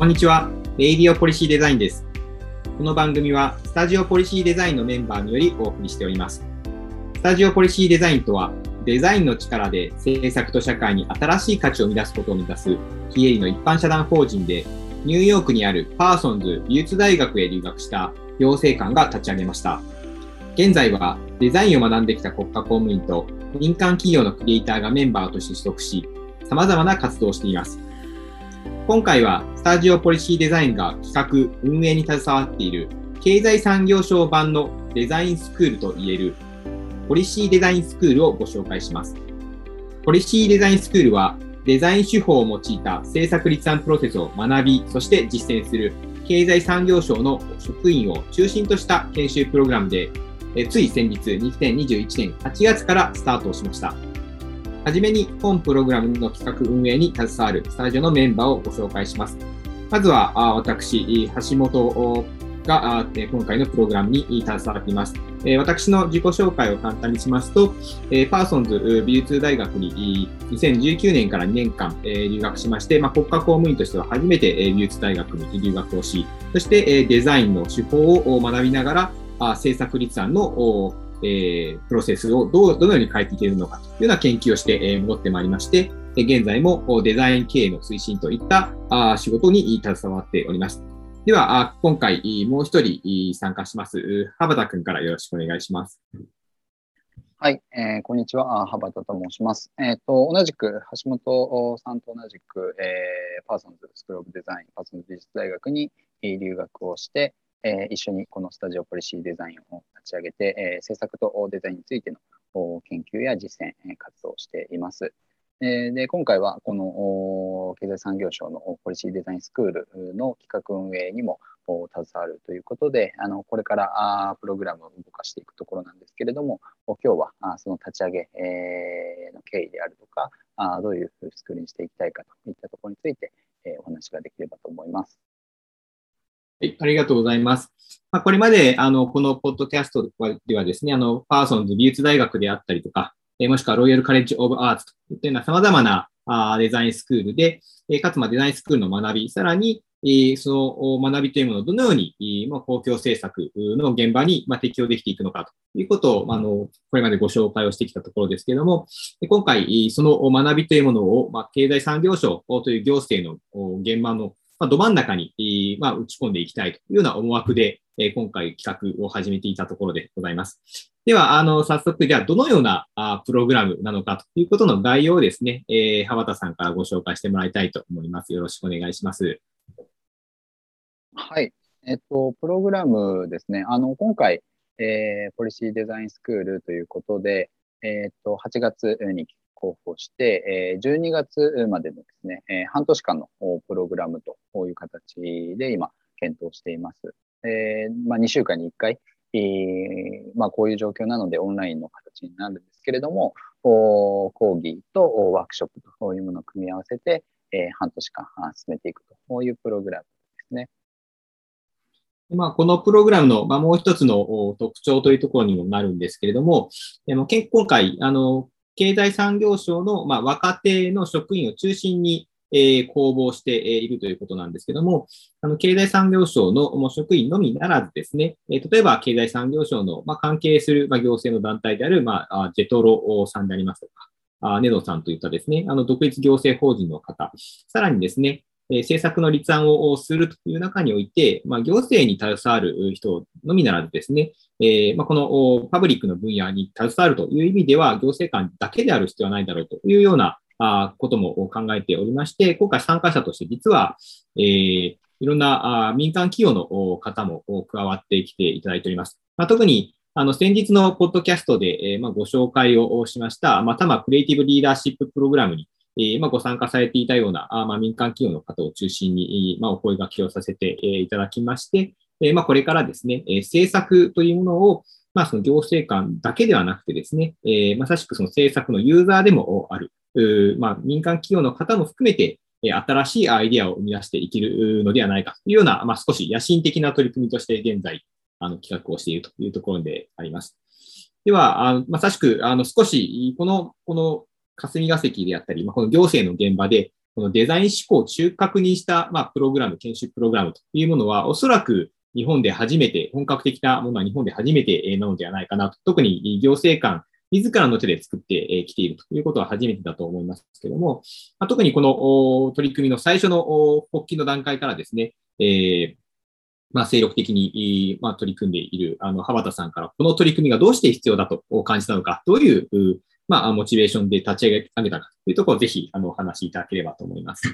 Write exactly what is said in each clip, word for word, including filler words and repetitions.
こんにちは。レイディオポリシーデザインです。この番組はスタジオポリシーデザインのメンバーによりお送りしております。スタジオポリシーデザインとは、デザインの力で制作と社会に新しい価値を生み出すことを目指す非営利の一般社団法人で、ニューヨークにあるパーソンズ美術大学へ留学した行政官が立ち上げました。現在はデザインを学んできた国家公務員と民間企業のクリエイターがメンバーとして所属し、様々な活動をしています。今回はスタジオポリシーデザインが企画・運営に携わっている経済産業省版のデザインスクールといえるポリシーデザインスクールをご紹介します。ポリシーデザインスクールはデザイン手法を用いた制作立案プロセスを学び、そして実践する経済産業省の職員を中心とした研修プログラムで、えつい先日にせんにじゅういちねんはちがつからスタートをしました。はじめに本プログラムの企画運営に携わるスタジオのメンバーをご紹介します。まずは私、橋本が今回のプログラムに携わっています。私の自己紹介を簡単にしますと、パーソンズ美術大学ににせんじゅうきゅうねんからにねんかん留学しまして、国家公務員としては初めて美術大学に留学をし、そしてデザインの手法を学びながら制作立案のえー、プロセスをどう、どのように変えていけるのかというような研究をして、えー、戻ってまいりまして、現在もデザイン経営の推進といったあ仕事に携わっております。では、あ今回もう一人参加します、羽端くんからよろしくお願いします。 はい、えー、こんにちは、羽端と申します。えーと、同じく橋本さんと同じく、えー、パーソンズスクールオブデザイン、パーソンズ美術大学に留学をして、えー、一緒にこのスタジオポリシーデザインを立ち上げて、えー、制作とデザインについての研究や実践活動をしています。えー、で今回はこの経済産業省のポリシーデザインスクールの企画運営にも携わるということで、あのこれからあプログラムを動かしていくところなんですけれども、今日はあその立ち上げ、えー、の経緯であるとか、あどういうスクールにしていきたいかといったところについて、えー、お話ができればと思います。 はい、ありがとうございます。まあ、これまであのこのポッドキャストではですね、あのパーソンズ美術大学であったりとか、えー、もしくはロイヤルカレッジオブアーツといったような様々なあデザインスクールで、えー、かつまあデザインスクールの学び、さらに、えー、その学びというものをどのように、えーまあ、公共政策の現場に、まあ、適用できていくのかということを、まあ、あのこれまでご紹介をしてきたところですけれども、今回、その学びというものを、まあ、経済産業省という行政の現場のまあ、ど真ん中に、まあ、打ち込んでいきたいというような思惑で、えー、今回企画を始めていたところでございます。では、あの、早速、じゃあ、どのようなあプログラムなのかということの概要をですね、えー、羽端さんからご紹介してもらいたいと思います。よろしくお願いします。 はい。えっと、プログラムですね。あの、今回、えー、ポリシーデザインスクールということで、えっと、はちがつに広報して、えー、じゅうにがつまでのですね、えー、半年間のプログラムという形で今、検討しています。えーまあ、にしゅうかんにいっかい、えーまあ、こういう状況なのでオンラインの形になるんですけれども、講義とワークショップというものを組み合わせて、えー、半年間進めていくというプログラムですね。 まあ、このプログラムの、まあ、もう一つの特徴というところにもなるんですけれども、今回、あの、経済産業省の、まあ、若手の職員を中心に、えー、公募しているということなんですけども、あの経済産業省の職員のみならずですね、えー、例えば経済産業省の、まあ、関係する、まあ、行政の団体である、まあ、ジェトロさんでありますとか、あネドさんといったですね、あの独立行政法人の方、さらにですね、政策の立案をするという中において、まあ、行政に携わる人のみならずですね、えーまあ、このパブリックの分野に携わるという意味では、行政官だけである必要はないだろうというようなあことも考えておりまして、今回参加者として実は、えー、いろんなあ民間企業の方も加わってきていただいております。まあ、特にあの先日のポッドキャストで、えーまあ、ご紹介をしました、まあ、多摩クリエイティブリーダーシッププログラムにえーまあ、ご参加されていたようなあ、まあ、民間企業の方を中心に、まあ、お声掛けをさせて、えー、いただきまして、えーまあ、これからですね、えー、政策というものを、まあ、その行政官だけではなくてですね、えー、まさしくその政策のユーザーでもある、まあ、民間企業の方も含めて、えー、新しいアイデアを生み出していけるのではないかというような、まあ、少し野心的な取り組みとして現在、あの企画をしているというところであります。では、あまさしくあの少しこの、この霞が関であったり、まあ、この行政の現場で、 このデザイン思考を中核にした、まあ、プログラム、研修プログラムというものは、おそらく日本で初めて、本格的なものは日本で初めてなのではないかなと。特に行政官、自らの手で作ってきているということは初めてだと思いますけれども、まあ、特にこの取り組みの最初の発起の段階からですね、えーまあ、精力的に、まあ、取り組んでいる、あの、羽端さんから、この取り組みがどうして必要だと感じたのか、どういう、まあ、モチベーションで立ち上げたかというところをぜひ、あの、お話しいただければと思います。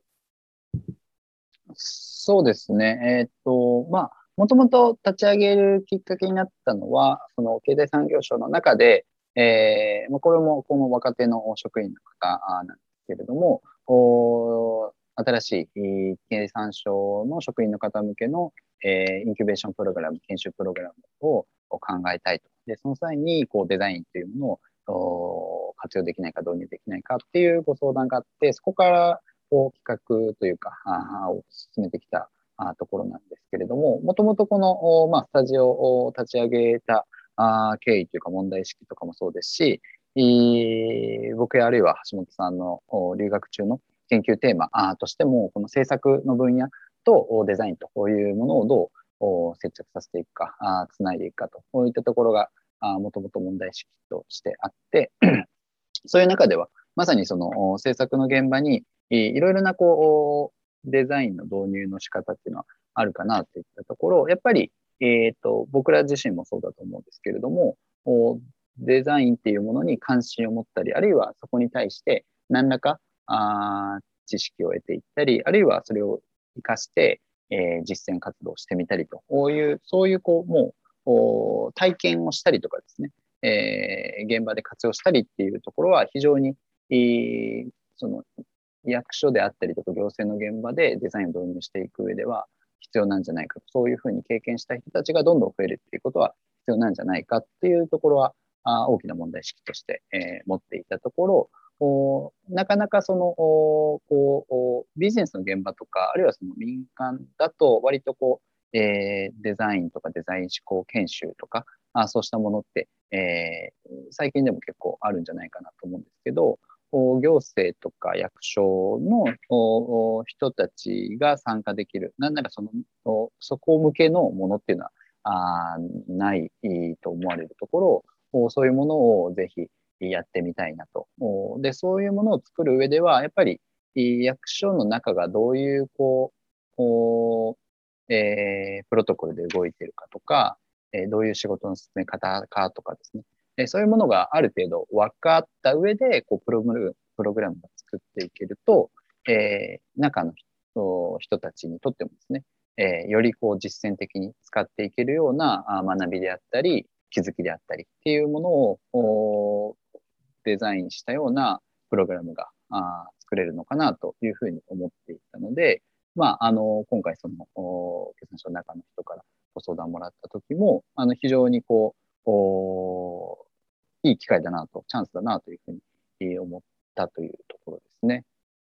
そうですね。えーっと、まあ、もともと立ち上げるきっかけになったのは、その経済産業省の中で、えー、これもこの若手の職員の方なんですけれども、お新しい経産省の職員の方向けの、えー、インキュベーションプログラム、研修プログラムを考えたいと。で、その際にこうデザインというものを活用できないか導入できないかっていうご相談があって、そこからこう企画というか、あを進めてきたあところなんですけれども、もともとこの、まあ、スタジオを立ち上げたあ経緯というか問題意識とかもそうですし、僕やあるいは橋本さんの留学中の研究テーマとしても、この制作の分野とデザインとこういうものをどう接着させていくか、つないでいくかと、こういったところがもともと問題意識としてあって、そういう中では、まさにその制作の現場にいろいろなこうデザインの導入の仕方っていうのはあるかなといったところ、やっぱり、えーと、僕ら自身もそうだと思うんですけれども、デザインっていうものに関心を持ったり、あるいはそこに対して何らかあ知識を得ていったり、あるいはそれを活かして、えー、実践活動をしてみたりと、こういう、そういうこう、もう体験をしたりとかですね、えー、現場で活用したりっていうところは非常に、えー、その役所であったりとか行政の現場でデザインを導入していく上では必要なんじゃないかと、そういうふうに経験した人たちがどんどん増えるっていうことは必要なんじゃないかっていうところはあ大きな問題意識として、えー、持っていたところ、おなかなかそのおこうビジネスの現場とか、あるいはその民間だと割とこう、えー、デザインとかデザイン思考研修とか、あそうしたものって、えー、最近でも結構あるんじゃないかなと思うんですけど、行政とか役所の人たちが参加できる、なんならそのそこ向けのものっていうのはあないと思われるところ、そういうものをぜひやってみたいなと。で、そういうものを作る上では、やっぱり役所の中がどういうこう、えー、プロトコルで動いているかとか、えー、どういう仕事の進め方かとかですね。えー、そういうものがある程度分かった上で、こうプログラム、プログラムが作っていけると、えー、中の人、人たちにとってもですね、えー、よりこう実践的に使っていけるような学びであったり、気づきであったりっていうものをデザインしたようなプログラムがあ作れるのかなというふうに思っていたので、まあ、あの、今回その、経産省の中の人からご相談もらった時も、あの、非常にこう、おいい機会だなと、チャンスだなというふうに思ったというところですね。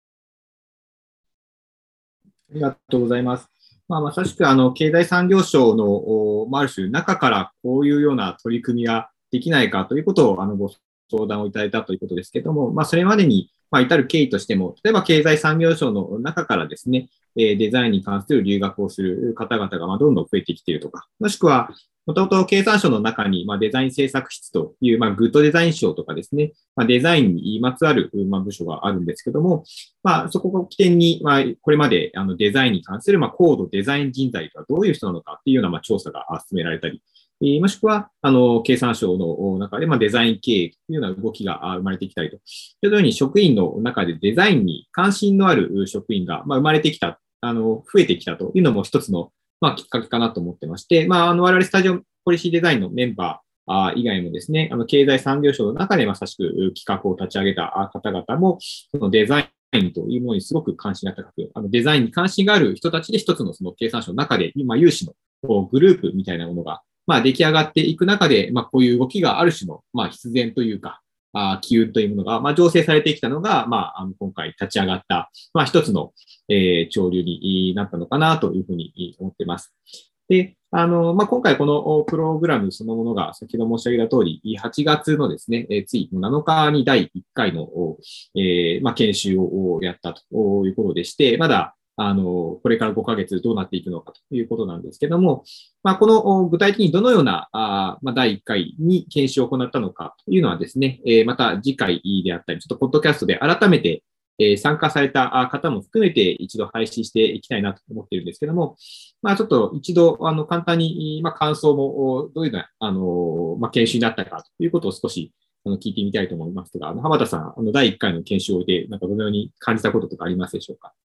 ありがとうございます。まあ、まさしく、あの、経済産業省の、まあ、ある種、中からこういうような取り組みができないかということを、あの、ご相談をいただいたということですけれども、まあ、それまでに、まあ、至る経緯としても、例えば経済産業省の中からですね、デザインに関する留学をする方々がどんどん増えてきているとか、もしくは、もともと経産省の中にデザイン制作室という、まあ、グッドデザイン賞とかですね、まあ、デザインにまつわる、まあ、部署があるんですけども、まあ、そこを起点に、まあ、これまであのデザインに関する、まあ、高度デザイン人材がどういう人なのかっていうような、まあ、調査が進められたり、えー、もしくは、あの、経産省の中で、まあ、デザイン経営というような動きが生まれてきたりと。というように、職員の中でデザインに関心のある職員が、まあ、生まれてきた、あの、増えてきたというのも一つの、まあ、きっかけかなと思ってまして、まあ、あの、我々スタジオポリシーデザインのメンバー以外もですね、あの、経済産業省の中でまさしく企画を立ち上げた方々も、そのデザインというものにすごく関心が高く、あのデザインに関心がある人たちで一つのその経産省の中で、今、有志のグループみたいなものが、まあ、出来上がっていく中で、まあ、こういう動きがある種の、まあ、必然というか、あ機運というものが、まあ、醸成されてきたのが、まあ、あの今回立ち上がった、まあ、一つの、えー、潮流になったのかなというふうに思っています。 で、あの、まあ、今回このプログラムそのものが先ほど申し上げた通り、はちがつのですね、ついなのかにだいいっかいの、えーまあ、研修をやったということでして、まだあの、これからごかげつどうなっていくのかということなんですけども、まあ、この具体的にどのような、あまあ、だいいっかいに研修を行ったのかというのはですね、えー、また次回であったり、ちょっとポッドキャストで改めてえー、参加された方も含めて一度配信していきたいなと思っているんですけども、まあ、ちょっと一度あの簡単に、まあ、感想もどういうようなあの、まあ、研修になったかということを少しあの聞いてみたいと思いますが、あの浜田さん、あのだいいっかいの研修を終えて、なんかどのように感じたこととかありますでしょうか。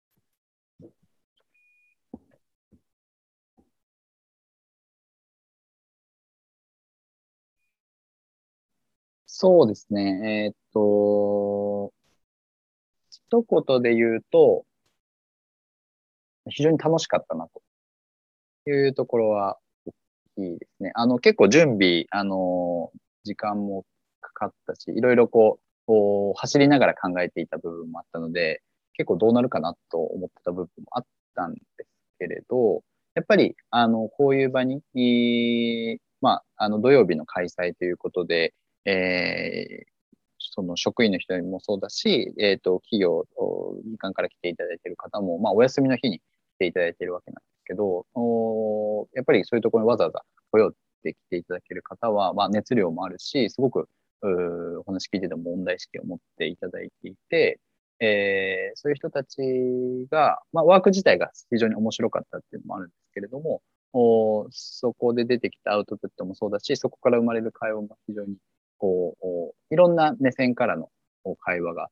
そうですね。えーっと、一言で言うと、非常に楽しかったなというところは大きいですね。あの、結構準備、あの、時間もかかったし、いろいろこう、こう走りながら考えていた部分もあったので、結構どうなるかなと思ってた部分もあったんですけれど、やっぱり、あの、こういう場に、いまあ、あの、土曜日の開催ということで、えーその職員の人にもそうだし、えっ、と、企業、民間から来ていただいている方も、まあ、お休みの日に来ていただいているわけなんですけど、おやっぱりそういうところにわざわざ来ようって来ていただける方は、まあ、熱量もあるし、すごく、お話聞いてても問題意識を持っていただいていて、えー、そういう人たちが、まあ、ワーク自体が非常に面白かったっていうのもあるんですけれども、おそこで出てきたアウトプットもそうだし、そこから生まれる会話も非常にこう、いろんな目線からの会話があって、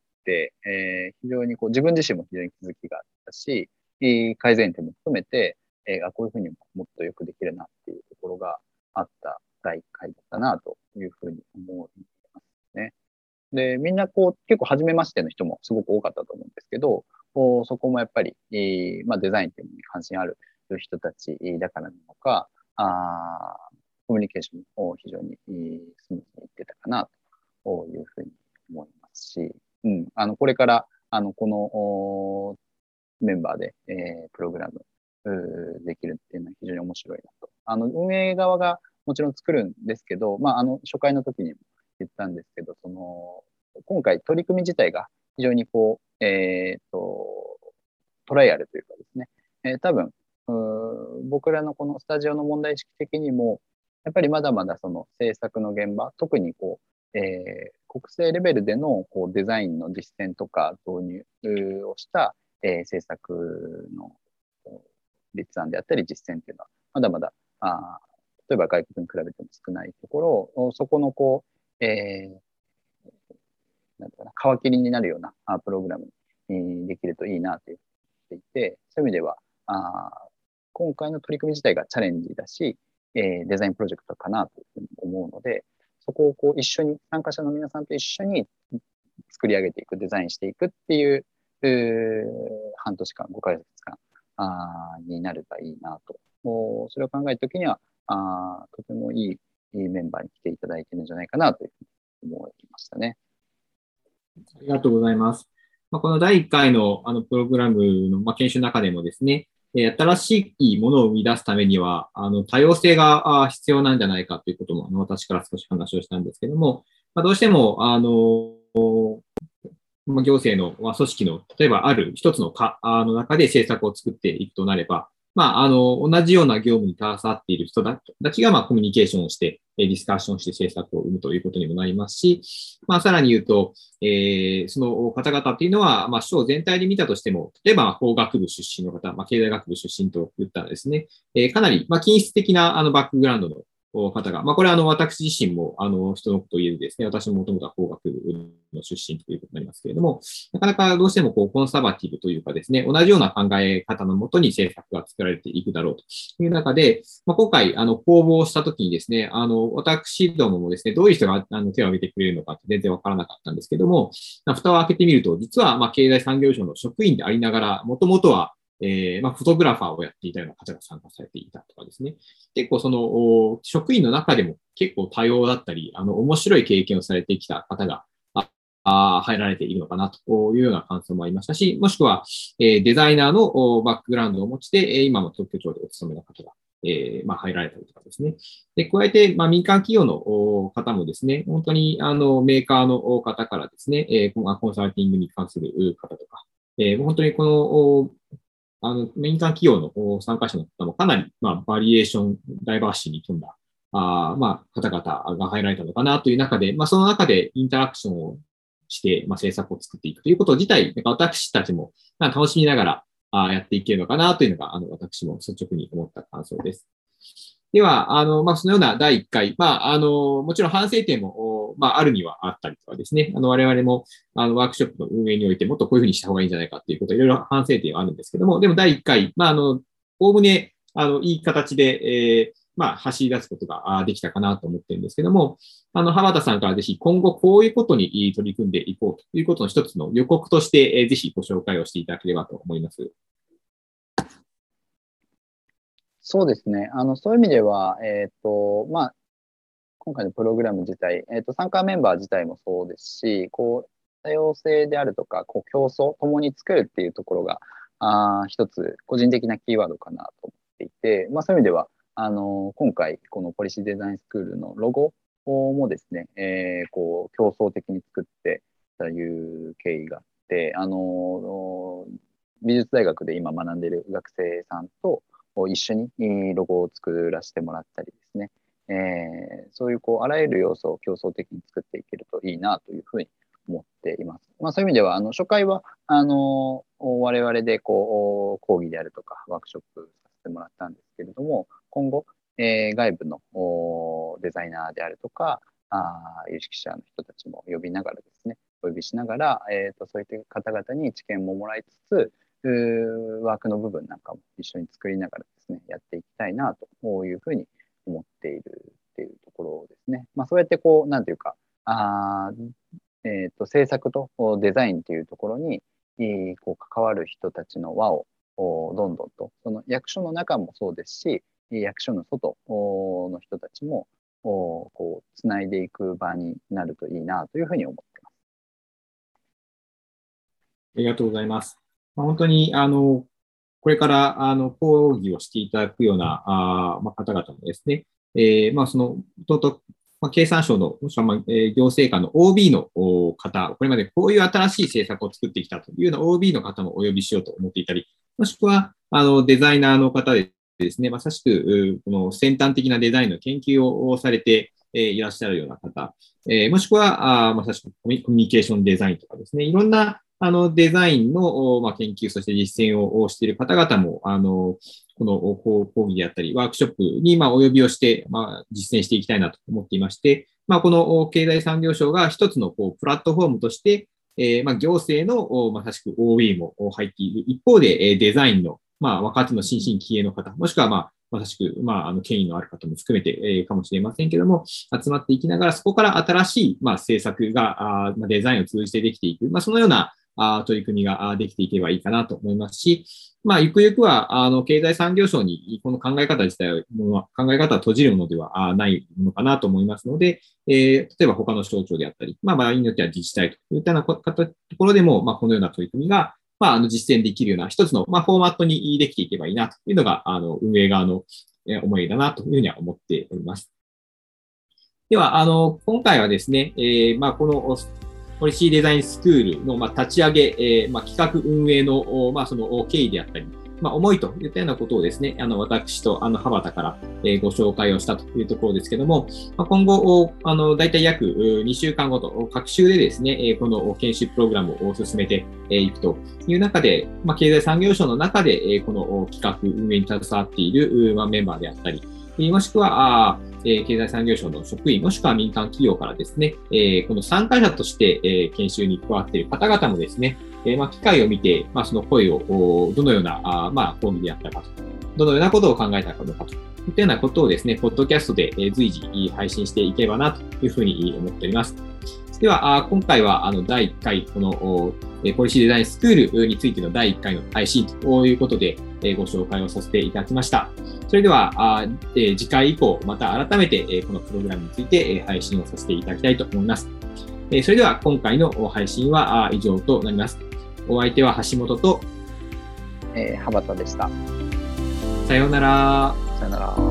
えー、非常にこう自分自身も非常に気づきがあったし、改善点も含めて、えー、あこういうふうにもっとよくできるなっていうところがあっただいいっかいだったなというふうに思いますね。で、みんなこう結構初めましての人もすごく多かったと思うんですけど、こうそこもやっぱり、えーまあ、デザインっていうのに関心ある人たちだからなのか、あコミュニケーションも非常にスムーズにいってたかなというふうに思いますし、うん、あの、これから、あの、このメンバーで、えー、プログラムできるっていうのは非常に面白いなと。あの、運営側がもちろん作るんですけど、まあ、あの、初回の時にも言ったんですけど、その、今回取り組み自体が非常にこう、えっ、ー、と、トライアルというかですね、えー、多分、僕らのこのスタジオの問題意識的にも、やっぱりまだまだその制作の現場、特にこう、えー、国政レベルでのこうデザインの実践とか導入をした、えー、制作の立案であったり実践っていうのは、まだまだ、あ例えば外国に比べても少ないところ、そこのこう、えー、なんていうかな、皮切りになるようなプログラムにできるといいなと言っていて、そういう意味では、あ今回の取り組み自体がチャレンジだし、えー、デザインプロジェクトかなというふうに思うので、そこをこう一緒に、参加者の皆さんと一緒に作り上げていく、デザインしていくっていう、えー、半年間、ごかげつかんあになればいいなと。それを考えたときにはあ、とてもいいメンバーに来ていただいているんじゃないかなというふうに思いましたね。 ありがとうございます。まあ、このだいいっかいのあのプログラムの、まあ、研修の中でもですね、え新しいものを生み出すためには、あの多様性が必要なんじゃないかということも、あの私から少し話をしたんですけども、まあ、どうしても、あの、まあ、行政の、まあ、組織の、例えばある一つの課の中で政策を作っていくとなれば、まあ、あの、同じような業務に携わっている人たちが、まあ、コミュニケーションをして、ディスカッションして政策を生むということにもなりますし、まあ、さらに言うと、えー、その方々っていうのは、まあ、省全体で見たとしても、例えば法学部出身の方、まあ、経済学部出身と言ったらですね、えー、かなり、まあ、均質的なあのバックグラウンドの方が、まあ、これはあの私自身もあの人のことを言えるですね、私ももともとは法学部の出身ということになりますけれども、なかなかどうしてもこうコンサバティブというかですね、同じような考え方のもとに政策が作られていくだろうという中で、まあ、今回あの公募をしたときにですね、あの私どももですね、どういう人があの手を挙げてくれるのかって全然わからなかったんですけども、蓋を開けてみると、実はまあ経済産業省の職員でありながら、もともとはえー、まあ、フォトグラファーをやっていたような方が参加されていたとかですね。結構その、職員の中でも結構多様だったり、あの、面白い経験をされてきた方が、あ入られているのかなというような感想もありましたし、もしくは、えー、デザイナーのバックグラウンドを持ちで、今も特許庁でお勤めの方がえー、まあ、入られたりとかですね。で、加えて、まあ、民間企業の方もですね、本当にあのメーカーの方からですね、えー、コンサルティングに関する方とか、えー、本当にこの、あの民間企業の参加者の方もかなり、まあ、バリエーション、ダイバーシティに富んだ、あまあ、方々が入られたのかなという中で、まあ、その中でインタラクションをして、まあ、政策を作っていくということ自体、なんか私たちも楽しみながらあやっていけるのかなというのが、あの、私も率直に思った感想です。では、あの、まあ、そのようなだいいっかい、まあ、あの、もちろん反省点も、まあ、あるにはあったりとかですね、あの、我々も、あの、ワークショップの運営においてもっとこういうふうにした方がいいんじゃないかっていうこと、いろいろ反省点はあるんですけども、でもだいいっかい、まあ、あの、おおむね、あの、いい形で、えー、まあ、走り出すことができたかなと思ってるんですけども、あの、浜田さんからぜひ今後こういうことに取り組んでいこうということの一つの予告として、ぜひご紹介をしていただければと思います。 そうですね。あの、そういう意味では、えっと、まあ、今回のプログラム自体、えっと、参加メンバー自体もそうですし、こう、多様性であるとか、こう、競争、共に作るっていうところが、あ一つ、個人的なキーワードかなと思っていて、まあ、そういう意味では、あの、今回、このポリシーデザインスクールのロゴもですね、えー、こう、競争的に作ってという経緯があって、あの、美術大学で今学んでいる学生さんと、一緒にロゴを作らせてもらったりですね、えー、そういうこうあらゆる要素を競争的に作っていけるといいなというふうに思っています。まあ、そういう意味ではあの初回はあの我々でこう講義であるとかワークショップさせてもらったんですけれども、今後、えー、外部のデザイナーであるとかあ有識者の人たちも呼びながらですね、お呼びしながら、えーと、そういった方々に知見ももらいつつワークの部分なんかも一緒に作りながらですね、やっていきたいなというふうに思っているっていうところですね。まあ、そうやってこう、なんていうか、あえっと、制作とデザインというところに、こう関わる人たちの輪をどんどんと、その役所の中もそうですし、役所の外の人たちも、こう、つないでいく場になるといいなというふうに思っています。 ありがとうございます。本当に、あの、これから、あの、講義をしていただくような、あまあ、方々もですね、えー、まあ、その、とうとう、まあ、経産省の、もしくは、まあ、えー、行政官の オービー の方、これまでこういう新しい政策を作ってきたというような オービー の方もお呼びしようと思っていたり、もしくは、あの、デザイナーの方でですね、まさしく、この先端的なデザインの研究をされて、えー、いらっしゃるような方、えー、もしくは、あまさしくコミュニケーションデザインとかですね、いろんなあの、デザインの、まあ、研究、そして実践をしている方々も、あの、この講義であったり、ワークショップに、まあ、お呼びをして、まあ、実践していきたいなと思っていまして、まあ、この経済産業省が一つの、こう、プラットフォームとして、えー、まあ、行政の、まさしく オービー も入っている一方で、デザインの、まあ、若手の新進気鋭の方、もしくは、まあ、まさしく、まあ、あの、権威のある方も含めて、えー、かもしれませんけれども、集まっていきながら、そこから新しい、まあ、政策が、あまあ、デザインを通じてできていく、まあ、そのような、あ取り組みができていけばいいかなと思いますし、まあ、ゆくゆくは、あの、経済産業省にこの考え方自体は、考え方は閉じるものではないのかなと思いますので、えー、例えば他の省庁であったり、まあ、場合によっては自治体といったようなところでも、まあ、このような取り組みが、まあ、あの、実践できるような一つの、まあ、フォーマットにできていけばいいなというのが、あの、運営側の思いだなというふうには思っております。では、あの、今回はですね、えー、まあ、この、ポリシーデザインスクールの、まあ、立ち上げ、えーまあ、企画運営の、まあ、その経緯であったり、まあ、思いといったようなことをですね、あの私とあの浜田から、えー、ご紹介をしたというところですけども、まあ、今後、あの大体約にしゅうかんごと、各週でですね、この研修プログラムを進めていくという中で、まあ、経済産業省の中で、この企画運営に携わっている、まあ、メンバーであったり、もしくは、あ経済産業省の職員、もしくは民間企業からですね、えー、この参加者として、えー、研修に加わっている方々もですね、えーまあ、機会を見て、まあ、その声をどのようなあ、まあ、講義であったかと、どのようなことを考えたのかといったようなことをですね、ポッドキャストで随時配信していければなというふうに思っております。では、今回はあのだいいっかい、このポリシーデザインスクールについてのだいいっかいの配信ということでご紹介をさせていただきました。それでは、次回以降、また改めてこのプログラムについて配信をさせていただきたいと思います。それでは、今回の配信は以上となります。お相手は橋本と、 えー、羽端でした。 さようなら。 さよなら。